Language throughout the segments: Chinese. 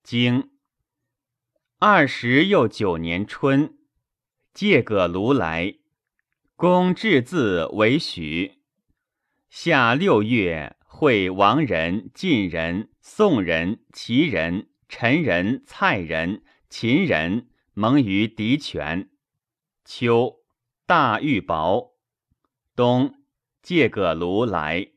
经20又9年春，借葛卢来，公至字为许。夏6月，会王人、晋人、宋人、齐人、陈人、蔡人、秦人盟于狄泉。秋，大玉雹。冬，借葛卢来。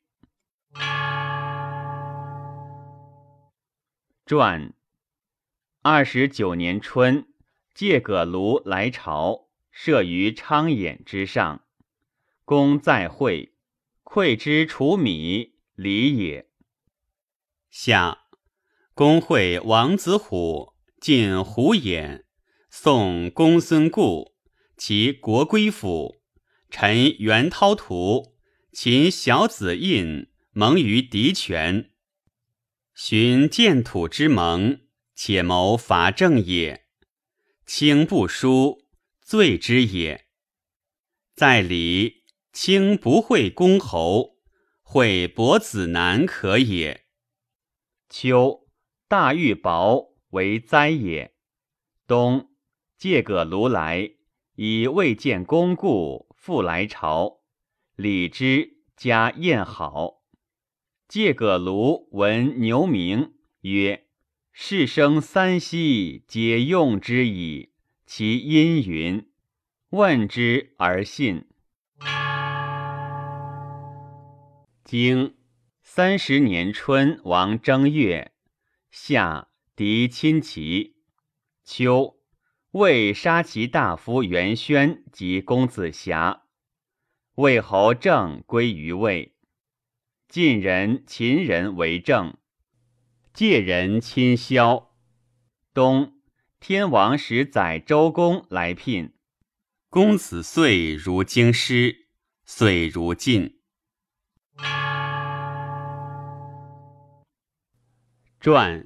传29年春，借葛卢来朝，设于昌衍之上。公在会，馈之除米，礼也。 夏，公会王子虎、晋胡衍、宋公孙固，其国归府，陈元涛图，秦小子印盟于狄泉。寻建土之盟，且谋伐郑也。卿不书，罪之也。在礼，卿不会公侯，会伯子男可也。 秋，大玉雹为灾也。冬，借葛卢来，以未见公故，复来朝，礼之，加宴好。借葛卢闻牛鸣，曰：士生三息，皆用之矣。其因云？问之而信。经30年春，王正月，夏，狄亲齐。秋，魏杀其大夫元宣及公子瑕，魏侯郑归于魏。晋人、秦人为政，介人亲萧。冬，天王使宰周公来聘。 公子遂如京师，遂如晋。 传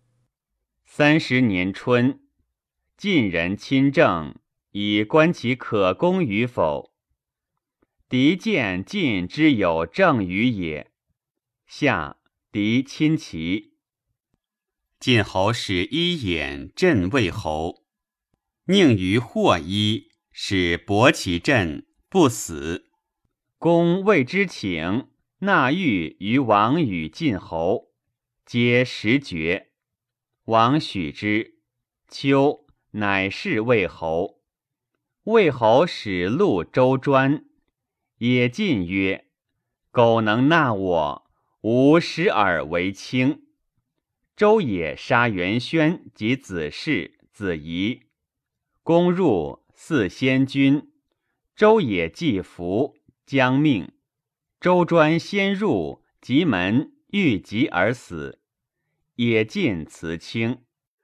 30年春，晋人亲政，以观其可攻与否。狄见晋之有政于也。夏，狄亲齐。 晋侯使伊尹镇魏侯，宁于霍伊，使博其镇，不死。 公谓之请，纳玉于王与晋侯，皆实爵。王许之。秋，乃是魏侯。魏侯使陆周专，也晋曰：苟能纳我，吾使尔为卿。周也杀元宣及子氏、子仪。公入，祀先君。周也祭服，将命。周专先入，及门，遇疾而死。也晋辞卿。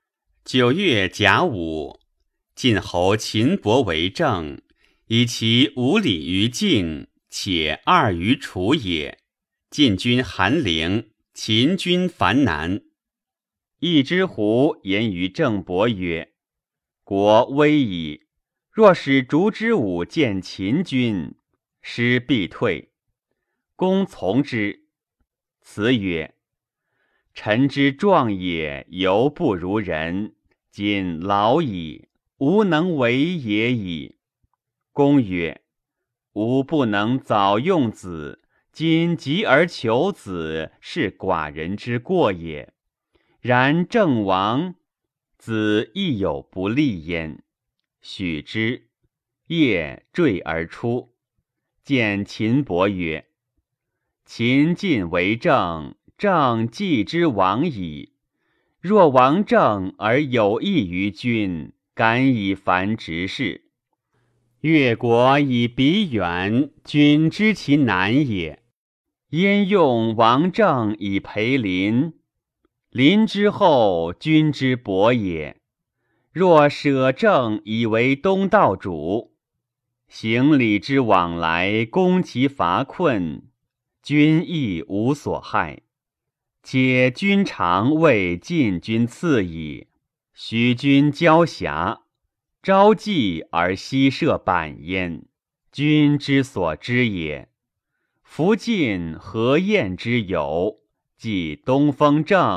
9月甲午，晋侯秦伯为政，以其无礼于晋，且2于楚也。晋军韩陵，秦军樊南。 一之胡言于郑伯曰：国危矣，若使烛之武见秦军，师必退。公从之。辞曰：臣之壮也，犹不如人，今老矣，吾能为也矣。公曰：吾不能早用子，今急而求子，是寡人之过也。然郑亡，子亦有不利焉。许之。夜坠而出，见秦伯曰：秦晋为政，郑继之亡矣。若亡郑而有益于君，敢以凡执事。越国以彼远，君知其难也。焉用王郑以培邻？邻之后，君之薄也。若舍郑以为东道主，行礼之往来，攻其乏困，君亦无所害。且君常为晋君赐矣，许君交辖，朝祭而夕设板焉，君之所知也。夫晋何晏之有？即东风正，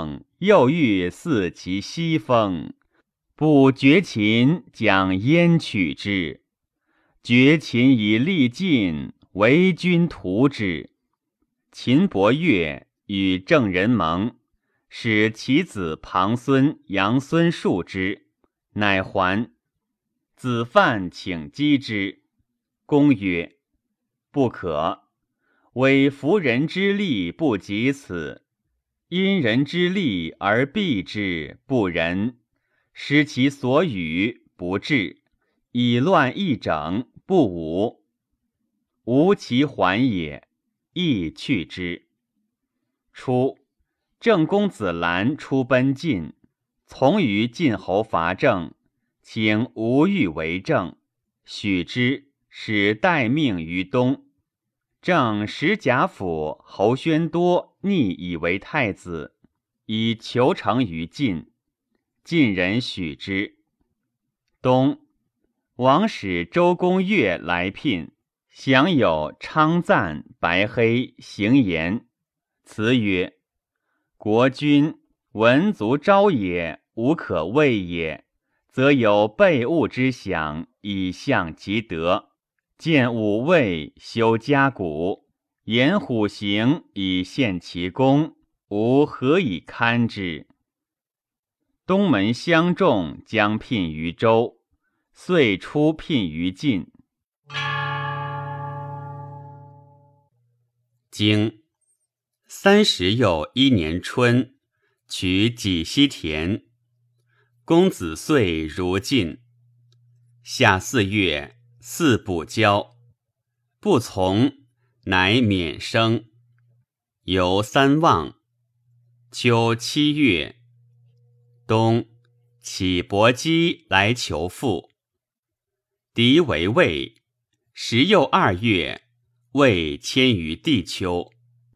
又欲似其西风，不绝秦将燕取之。绝秦以力尽，为君图之。秦伯越与郑人盟，使其子庞孙、杨孙戍之，乃还。子范请击之，公曰：不可，委夫人之力不及此，因人之力而避之，不仁。失其所与，不治，以乱易整，不武。吾其还也，亦去之。初，郑公子兰出奔晋，从于晋侯伐郑，请吴欲为政，许之，使待命于东。郑使贾府侯宣多逆以为太子，以求成于晋，晋人许之。冬，王使周公越来聘，享有昌赞、白黑、行言。辞曰：国君闻足昭也，无可畏也，则有备物之享，以象其德。见武卫，修家鼓，言虎行，以献其功，吾何以堪之？东门相仲将聘于周，遂出聘于晋。 经30又1年春，取济西田。公子遂如晋。夏4月，四不交，不从，乃免生。由3望。秋7月，冬，启伯姬来求父。狄为魏，10又2月，魏迁于地丘。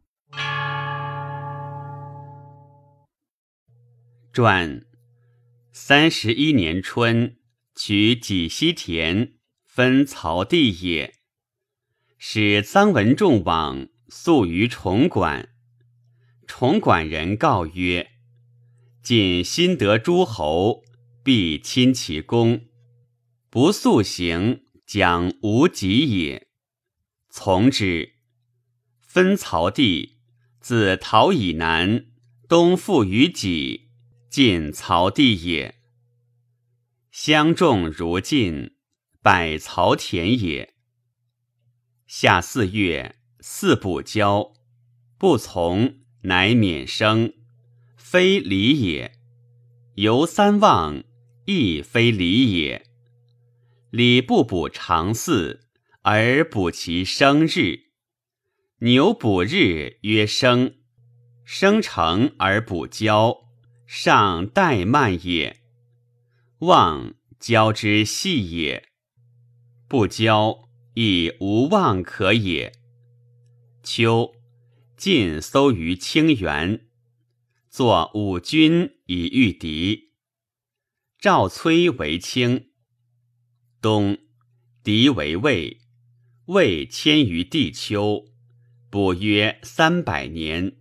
传31年春，取济西田，分曹地也。使臧文仲往，宿于重管。重管人告曰：晋新得诸侯，必亲其功，不速行，将无及也。从之。分曹地，自陶以南，东附于己，晋曹地也。相仲如晋，百曹田也。夏4月，四不交，不从，乃免生，非礼也。由3望，亦非礼也。礼不补常祀，而补其生日。牛补日曰生，生成而补交，尚怠慢也。望交之细也，不交亦无望可也。秋，晋搜于清源，作5军以御敌。赵崔为卿。冬，狄为魏，魏迁于地丘，卜约300年。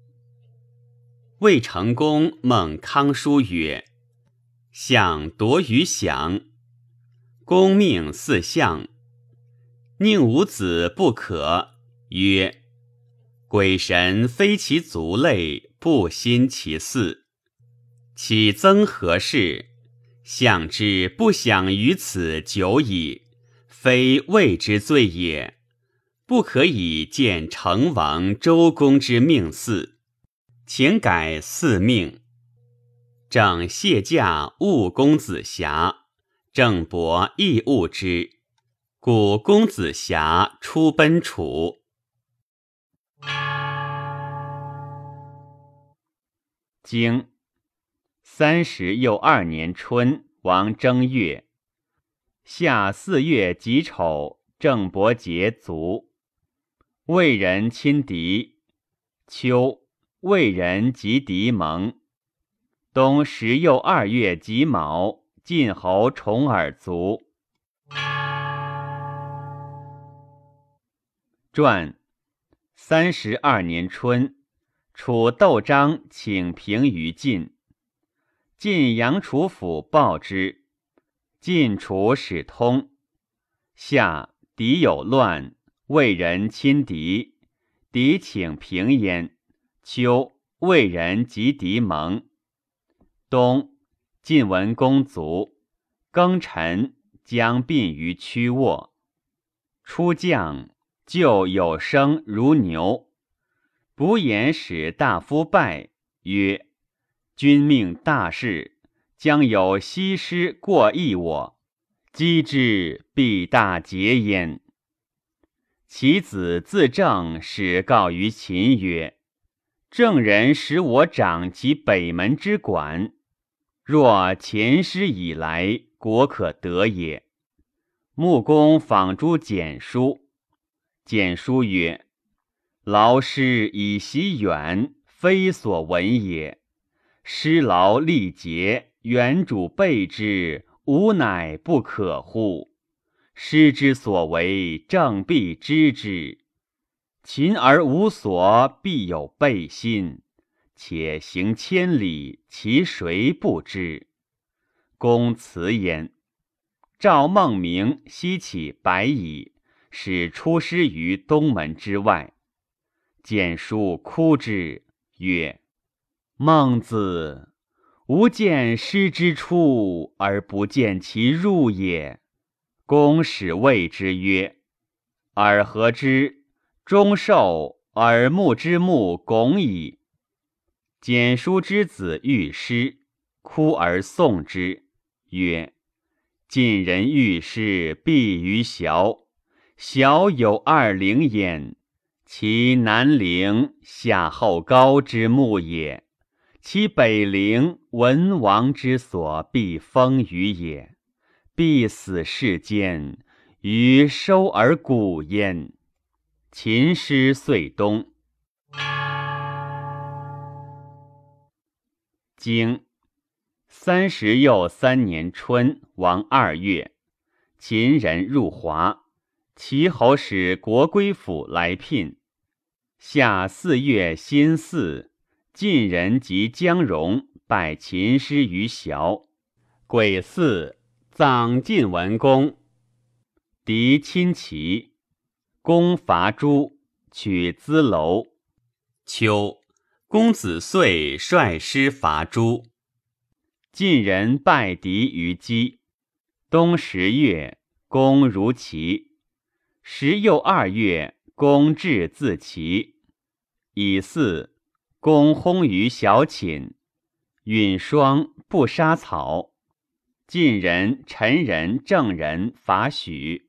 魏成公孟康叔曰：相夺于享。公命4相，宁无子不可？曰：鬼神非其族类，不欣其祀，岂增何事？相之不享于此久矣，非魏之罪也。不可以见成王、周公之命祀，请改4命。正谢驾误公子瑕，郑伯亦误之，故公子瑕出奔楚。 经30又2年春，王正月，夏4月己丑，郑伯节卒。魏人亲狄。秋，魏人及狄盟。冬10又2月己卯，晋侯重耳卒。传32年春， 楚窦章请平于晋。晋阳楚府报之，晋楚始通。夏，敌有乱，魏人亲敌，敌请平焉。秋，魏人及敌盟。冬，晋文公卒，庚辰，将殡于曲沃。初降，就有生如牛。卜衍使大夫拜，曰：君命大事，将有西施过益我，击之必大捷焉。其子自正使告于秦曰：郑人使我掌其北门之管，若前师以来，国可得也。穆公访诸简书，简书曰：劳师以习远，非所闻也。师劳力竭，远主备之，吾乃不可乎？师之所为，正必知之。勤而无所，必有备心。且行千里，其谁不知？公辞焉。赵孟明西起白蚁，使出师于东门之外。简书哭之，曰：孟子，吾见师之出，而不见其入也。公使谓之曰：尔何之？忠受，耳目之目拱矣。简书之子欲师，哭而送之，曰：晋人欲师，必于崤。崤有二陵焉，其南陵夏后高之墓也，其北陵文王之所必封于也，必死世间，于收而谷焉。秦师遂东。经30又3年春，王2月，秦人入华，齐侯使国归府来聘。夏4月辛巳，晋人及姜戎拜秦师于崤。癸巳，葬晋文公。敌侵齐，公伐诸，取资楼。 秋，公子遂率师伐诸。 晋人败敌于畿。冬10月，公如齐。10又2月，公至自齐。乙巳，公薨于小寝。允霜，不杀草。晋人、陈人、郑人伐许。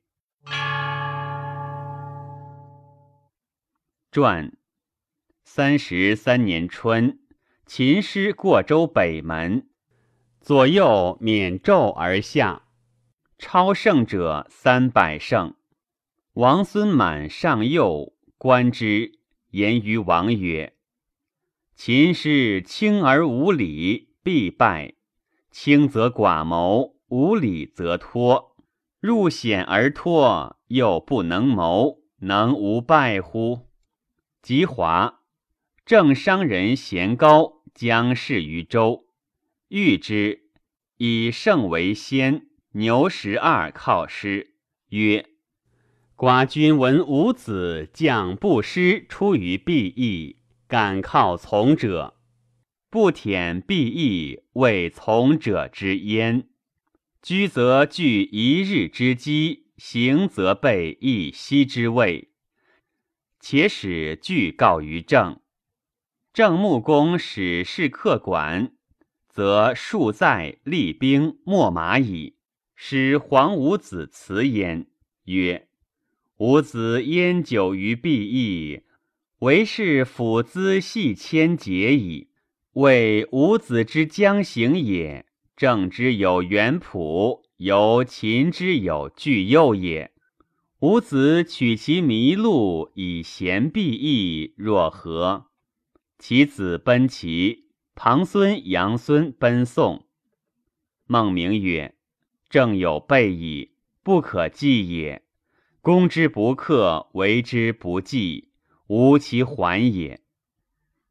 传33年春，秦师过州北门，左右免胄而下，超胜者300胜。王孙满上右，观之，言于王曰：秦师轻而无礼，必败；轻则寡谋，无礼则脱。入险而脱，又不能谋，能无败乎？及华，郑商人贤高将事于周，遇之，以胜为先，牛12犒师，曰：寡君闻伍子将不师出于必邑，敢靠从者。不舔必邑，为从者之焉。居则据1日之饥，行则备1夕之味。且使具告于郑。郑穆公使士客管，则数载立兵秣马矣。使黄伍子辞焉，曰：伍子焉久于必邑，为是辅资系千节矣。谓伍子之将行也，郑之有元仆，由秦之有巨右也。伍子取其麋鹿以衔必邑，若何？其子奔齐，庞孙、杨孙奔宋。孟明曰：郑有备矣，不可计也。攻之不克，为之不计，无其还也。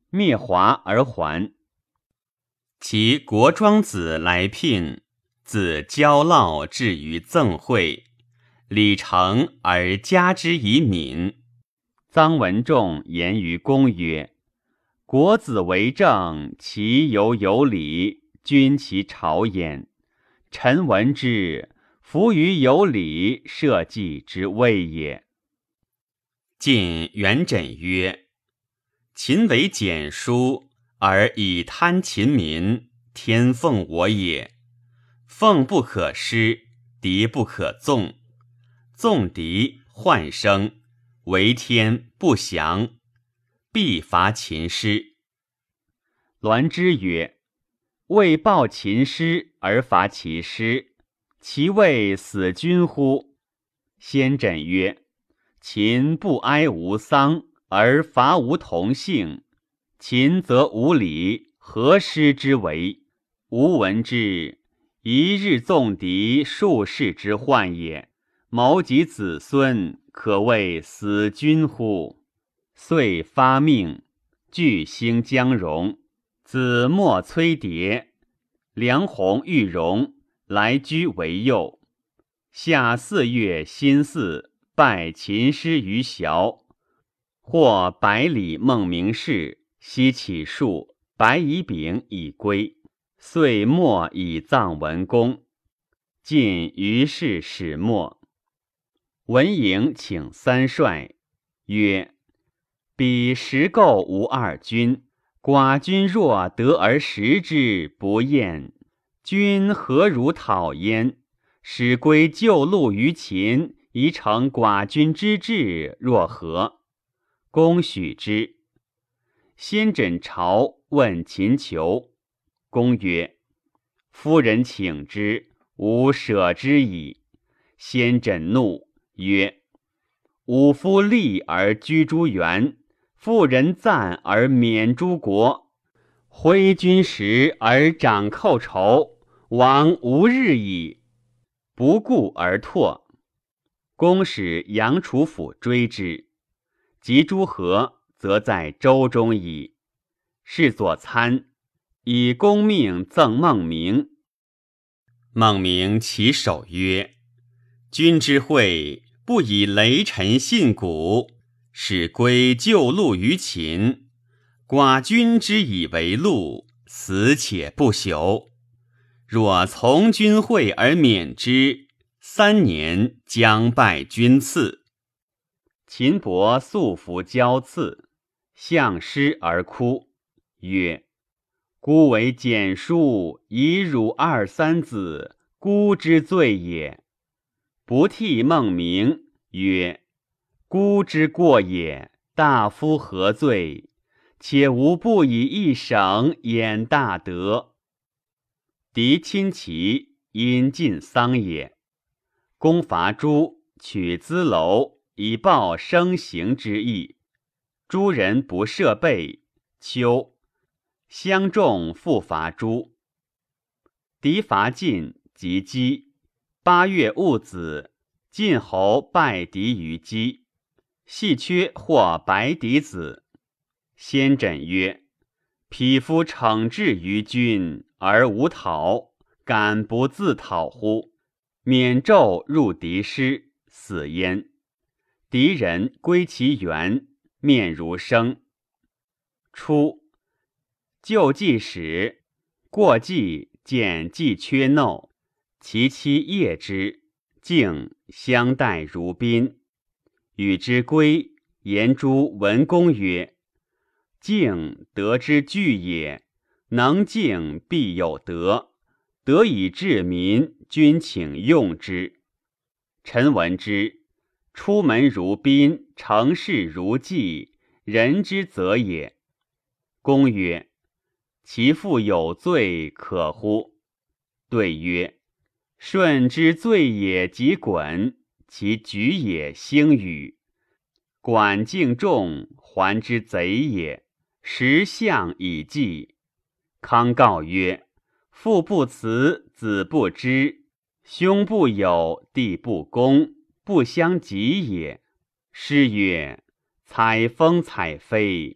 灭华而还。 其国庄子来聘，自交烙至于赠会，礼成而加之以敏。 臧文仲言于公曰：国子为政，其犹有礼，君其朝焉。臣闻之，夫于有礼，社稷之谓也。 晋元稹曰：秦为简书，而以贪秦民，天奉我也。奉不可失，敌不可纵。纵敌患生，为天不祥，必伐秦师。 栾枝曰：为报秦师而伐其师，其谓死君乎？先轸曰：秦不哀无丧，而伐无同姓。秦则无礼，何师之为？吾闻之，一日纵敌，数世之患也。谋及子孙，可谓死君乎？遂发命，据兴江戎。子莫崔牒、梁鸿、玉荣来居为右。夏4月辛巳，拜秦师于崤。或百里孟明氏，西起数，白乙丙以归。遂没以葬文公。晋于是始没。文嬴请三帅，曰：彼实构无二君，寡君若得而食之，不厌，君何如讨焉？使归旧路于秦，以成寡君之志，若何？公许之。先轸朝问秦求。公曰：夫人请之，吾舍之矣。先轸怒曰：吾夫立而居诸原，妇人赞而免诸国，挥君实而掌寇仇，王无日矣。不顾而拓。公使杨楚府追之，及诸河，则在舟中矣。是作参，以公命赠孟明。 孟明其首曰：君之惠，不以雷陈信古，使归旧路于秦。寡君之以为禄，死且不朽。若从君惠而免之，3年将败君赐。 秦伯素服交赐，向师而哭，曰：孤为简书，以辱2、3子，孤之罪也。不替孟明，曰：孤之过也，大夫何罪？且吾不以一省掩大德。敌亲齐，因晋丧也。公伐诸，取资楼，以报生刑之意。诸人不设备，秋，相众复伐诸。敌伐晋，及姬。8月戊子，晋侯拜敌于姬，系缺或白嫡子。先轸曰：匹夫惩治于君，而无讨，敢不自讨乎？免纣入敌师，死焉。敌人归其原，面如生。初，救济使过季，见季缺耨，其妻夜之，敬相待如宾。与之归，言诸文公曰：敬德之具也，能敬必有德，德以治民，君请用之。臣闻之，出门如宾，成事如祭，人之则也。公曰：其父有罪，可乎？对曰：舜之罪也及鲧，其举也兴禹。管敬重，还之贼也，实相以祭。康告曰：父不慈，子不知，兄不友，弟不恭，不相及也。诗曰：采风采飞，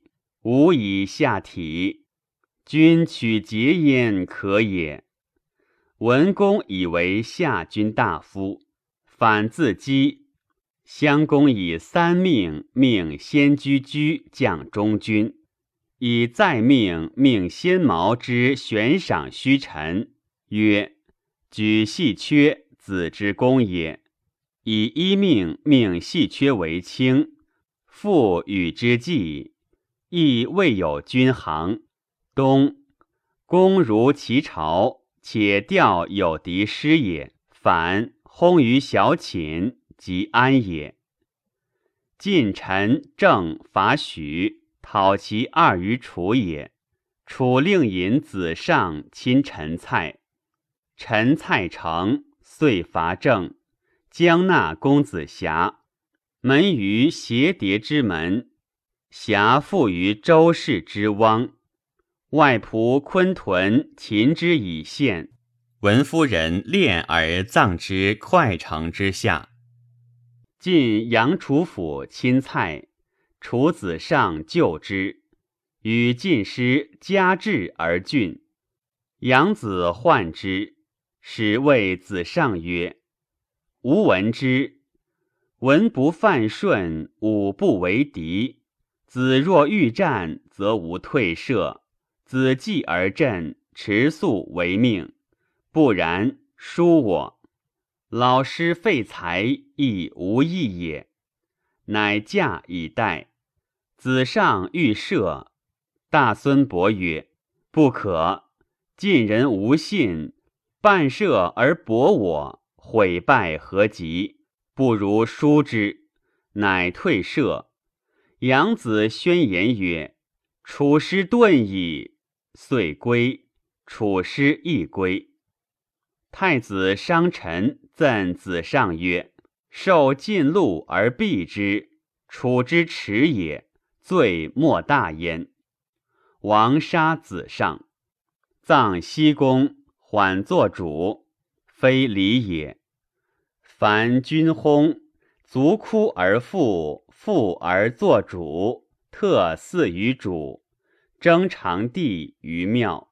吾以下体，君取节焉可也。文公以为下军大夫，反自讥。襄公以3命命先居将中军，以再命先毛之悬赏虚臣，曰：举细缺，子之功也。以1命细缺为卿，复与之计，亦未有君行。冬，公如其朝，且调有敌师也，反轰于小寝，即安也。晋臣郑伐许，讨其2于楚也。楚令尹子上亲陈蔡，陈蔡成，遂伐郑，将纳公子瑕。门于邪蝶之门，瑕附于周氏之汪。外仆昆屯擒之以献， 闻夫人恋而葬之快城之下。 晋阳楚府亲蔡，楚子上救之，与晋师加至而郡。阳子患之，使谓子上曰：吾闻之，文不犯顺，武不为敌。子若欲战，则无退射。子继而阵，持粟为命，不然，疏我。老师废才，亦无益也。乃驾以待。子上欲射，大孙伯曰：不可。晋人无信，半射而搏我，毁败何及？不如疏之。乃退射。阳子宣言曰：楚师遁矣。遂归，楚师亦归。太子商臣赠子上曰：受晋禄而避之，楚之耻也，罪莫大焉。王杀子上，葬西宫，缓作主，非礼也。凡君薨，卒哭而复，复而作主，特祀于主，征长帝于庙。